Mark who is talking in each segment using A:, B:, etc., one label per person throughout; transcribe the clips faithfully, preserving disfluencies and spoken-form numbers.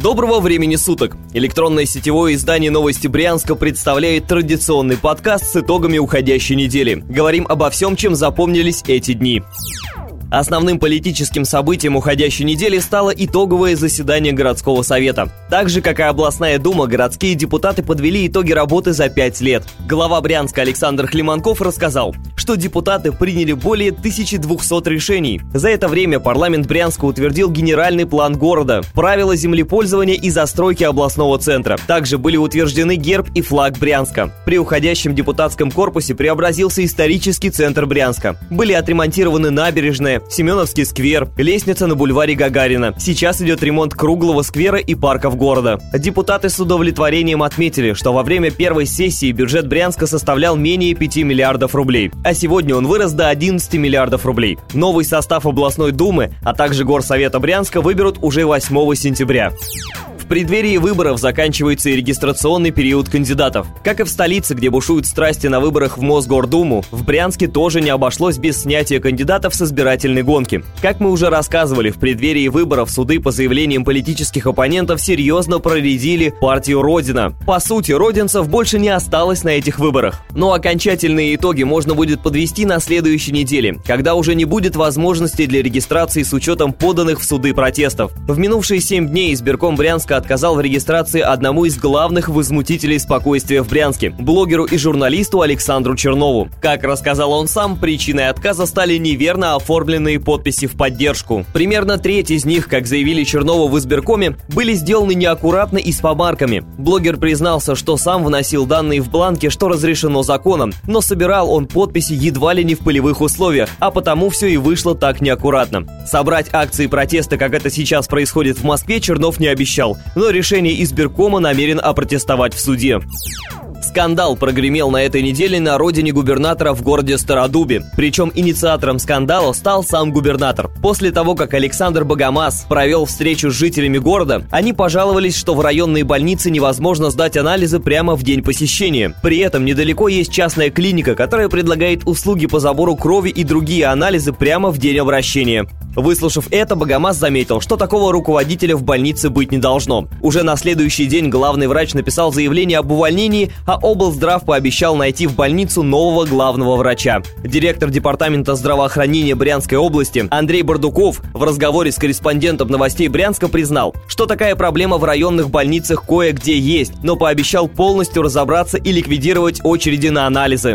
A: Доброго времени суток! Электронное сетевое издание «Новости Брянска» представляет традиционный подкаст с итогами уходящей недели. Говорим обо всем, чем запомнились эти дни. Основным политическим событием уходящей недели стало итоговое заседание городского совета. Так же, как и областная дума, городские депутаты подвели итоги работы за пять лет. Глава Брянска Александр Хлеманков рассказал, что депутаты приняли более тысячи двухсот решений. За это время парламент Брянска утвердил генеральный план города, правила землепользования и застройки областного центра. Также были утверждены герб и флаг Брянска. При уходящем депутатском корпусе преобразился исторический центр Брянска. Были отремонтированы набережная, Семеновский сквер, лестница на бульваре Гагарина. Сейчас идет ремонт круглого сквера и парков города. Депутаты с удовлетворением отметили, что во время первой сессии бюджет Брянска составлял менее пяти миллиардов рублей, а сегодня он вырос до одиннадцати миллиардов рублей. Новый состав областной думы, а также горсовета Брянска выберут уже восьмого сентября. В преддверии выборов заканчивается и регистрационный период кандидатов. Как и в столице, где бушуют страсти на выборах в Мосгордуму, в Брянске тоже не обошлось без снятия кандидатов с избирательной гонки. Как мы уже рассказывали, в преддверии выборов суды по заявлениям политических оппонентов серьезно проредили партию «Родина». По сути, родинцев больше не осталось на этих выборах. Но окончательные итоги можно будет подвести на следующей неделе, когда уже не будет возможности для регистрации с учетом поданных в суды протестов. В минувшие семь дней избирком Брянска отказал в регистрации одному из главных возмутителей спокойствия в Брянске – блогеру и журналисту Александру Чернову. Как рассказал он сам, причиной отказа стали неверно оформленные подписи в поддержку. Примерно треть из них, как заявили Чернову в избиркоме, были сделаны неаккуратно и с помарками. Блогер признался, что сам вносил данные в бланке, что разрешено законом, но собирал он подписи едва ли не в полевых условиях, а потому все и вышло так неаккуратно. Собрать акции протеста, как это сейчас происходит в Москве, Чернов не обещал, но решение избиркома намерен опротестовать в суде. Скандал прогремел на этой неделе на родине губернатора в городе Стародубе. Причем инициатором скандала стал сам губернатор. После того, как Александр Богомаз провел встречу с жителями города, они пожаловались, что в районной больнице невозможно сдать анализы прямо в день посещения. При этом недалеко есть частная клиника, которая предлагает услуги по забору крови и другие анализы прямо в день обращения. Выслушав это, Богомаз заметил, что такого руководителя в больнице быть не должно. Уже на следующий день главный врач написал заявление об увольнении, а облздрав пообещал найти в больницу нового главного врача. Директор департамента здравоохранения Брянской области Андрей Бардуков в разговоре с корреспондентом новостей Брянска признал, что такая проблема в районных больницах кое-где есть, но пообещал полностью разобраться и ликвидировать очереди на анализы.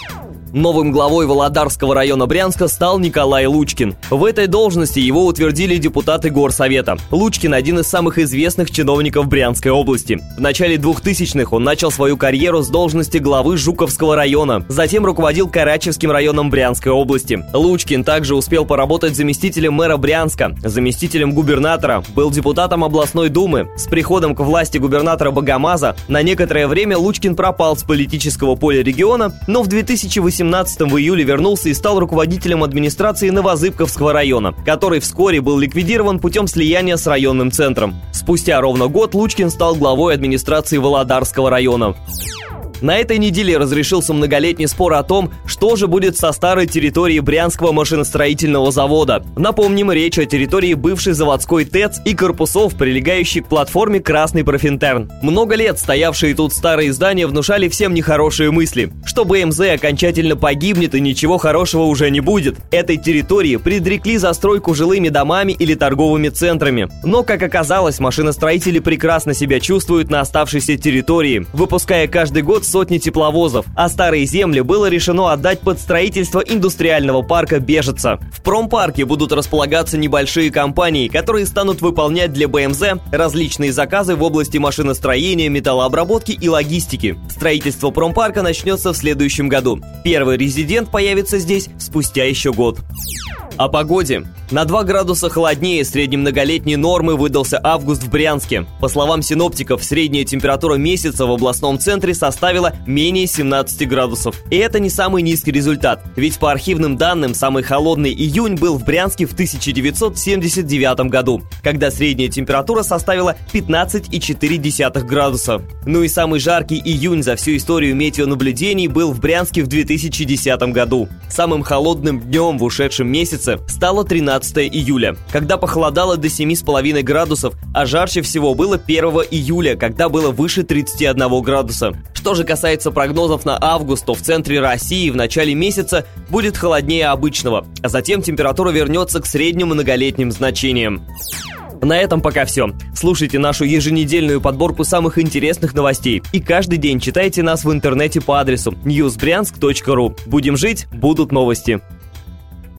A: Новым главой Володарского района Брянска стал Николай Лучкин. В этой должности его утвердили депутаты горсовета. Лучкин – один из самых известных чиновников Брянской области. В начале двухтысячных он начал свою карьеру с должности главы Жуковского района. Затем руководил Карачевским районом Брянской области. Лучкин также успел поработать заместителем мэра Брянска, заместителем губернатора, был депутатом областной думы. С приходом к власти губернатора Богомаза на некоторое время Лучкин пропал с политического поля региона, но в две тысячи восемнадцатом в июле вернулся и стал руководителем администрации Новозыбковского района, который вскоре был ликвидирован путем слияния с районным центром. Спустя ровно год Лучкин стал главой администрации Володарского района. На этой неделе разрешился многолетний спор о том, что же будет со старой территорией Брянского машиностроительного завода. Напомним, речь о территории бывшей заводской ТЭЦ и корпусов, прилегающих к платформе «Красный Профинтерн». Много лет стоявшие тут старые здания внушали всем нехорошие мысли, что БМЗ окончательно погибнет и ничего хорошего уже не будет. Этой территории предрекли застройку жилыми домами или торговыми центрами. Но, как оказалось, машиностроители прекрасно себя чувствуют на оставшейся территории, выпуская каждый год сотни тепловозов, а старые земли было решено отдать под строительство индустриального парка Бежица. В промпарке будут располагаться небольшие компании, которые станут выполнять для БМЗ различные заказы в области машиностроения, металлообработки и логистики. Строительство промпарка начнется в следующем году. Первый резидент появится здесь спустя еще год. О погоде. На два градуса холоднее среднемноголетней нормы выдался август в Брянске. По словам синоптиков, средняя температура месяца в областном центре составила менее семнадцати градусов. И это не самый низкий результат, ведь по архивным данным самый холодный июнь был в Брянске в тысяча девятьсот семьдесят девятом году, когда средняя температура составила пятнадцать и четыре десятых градуса. Ну и самый жаркий июнь за всю историю метеонаблюдений был в Брянске в две тысячи десятом году. Самым холодным днем в ушедшем месяце месяце стало тринадцатое июля, когда похолодало до семи с половиной градусов, а жарче всего было первого июля, когда было выше тридцати одного градуса. Что же касается прогнозов на август, то в центре России в начале месяца будет холоднее обычного, а затем температура вернется к средним многолетним значениям. На этом пока все. Слушайте нашу еженедельную подборку самых интересных новостей и каждый день читайте нас в интернете по адресу ньюс брянск точка ру. Будем жить, будут новости.